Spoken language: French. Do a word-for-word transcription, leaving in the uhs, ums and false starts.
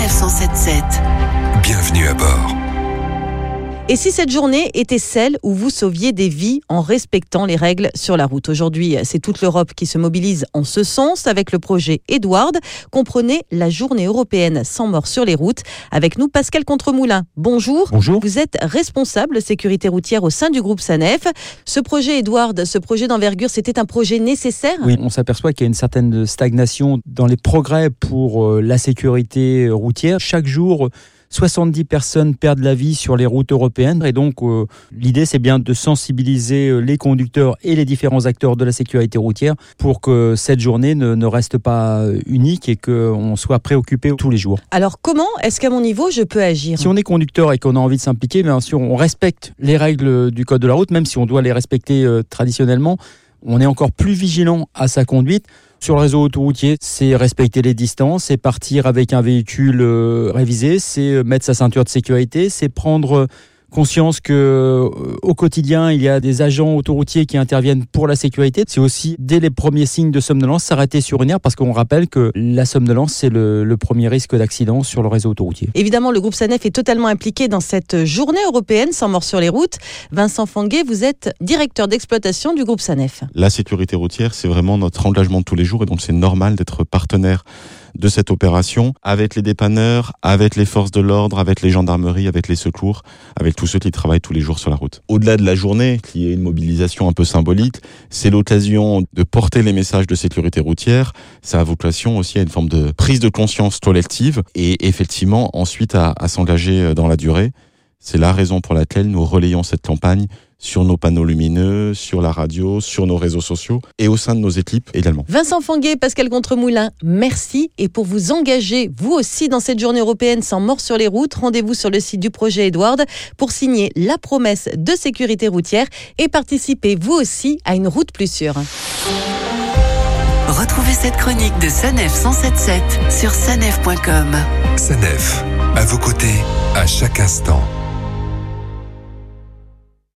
Sanef cent sept sept. Bienvenue à bord. Et si cette journée était celle où vous sauviez des vies en respectant les règles sur la route? Aujourd'hui, c'est toute l'Europe qui se mobilise en ce sens avec le projet Edward. Comprenez la journée européenne sans mort sur les routes. Avec nous, Pascal Contremoulin. Bonjour. Bonjour. Vous êtes responsable sécurité routière au sein du groupe Sanef. Ce projet Edward, ce projet d'envergure, c'était un projet nécessaire? Oui, on s'aperçoit qu'il y a une certaine stagnation dans les progrès pour la sécurité routière. Chaque jour, soixante-dix personnes perdent la vie sur les routes européennes et donc euh, l'idée c'est bien de sensibiliser les conducteurs et les différents acteurs de la sécurité routière pour que cette journée ne, ne reste pas unique et qu'on soit préoccupé tous les jours. Alors comment est-ce qu'à mon niveau je peux agir? Si on est conducteur et qu'on a envie de s'impliquer, bien sûr on respecte les règles du code de la route, même si on doit les respecter euh, traditionnellement, on est encore plus vigilant à sa conduite. Sur le réseau autoroutier, c'est respecter les distances, c'est partir avec un véhicule euh, révisé, c'est mettre sa ceinture de sécurité, c'est prendre conscience que euh, au quotidien, il y a des agents autoroutiers qui interviennent pour la sécurité. C'est aussi, dès les premiers signes de somnolence, s'arrêter sur une aire parce qu'on rappelle que la somnolence, c'est le, le premier risque d'accident sur le réseau autoroutier. Évidemment, le groupe Sanef est totalement impliqué dans cette journée européenne sans mort sur les routes. Vincent Fanguet, vous êtes directeur d'exploitation du groupe Sanef. La sécurité routière, c'est vraiment notre engagement de tous les jours et donc c'est normal d'être partenaire de cette opération avec les dépanneurs, avec les forces de l'ordre, avec les gendarmeries, avec les secours, avec tous ceux qui travaillent tous les jours sur la route. Au-delà de la journée, qui est une mobilisation un peu symbolique, c'est l'occasion de porter les messages de sécurité routière. Ça a vocation aussi à une forme de prise de conscience collective et effectivement ensuite à, à s'engager dans la durée. C'est la raison pour laquelle nous relayons cette campagne sur nos panneaux lumineux, sur la radio, sur nos réseaux sociaux et au sein de nos équipes également. Vincent Fanguet, Pascal Contremoulin, merci. Et pour vous engager, vous aussi, dans cette journée européenne sans mort sur les routes, rendez-vous sur le site du projet Edward pour signer la promesse de sécurité routière et participer vous aussi à une route plus sûre. Retrouvez cette chronique de Sanef cent sept sept sur sanef point com. Sanef, à vos côtés, à chaque instant.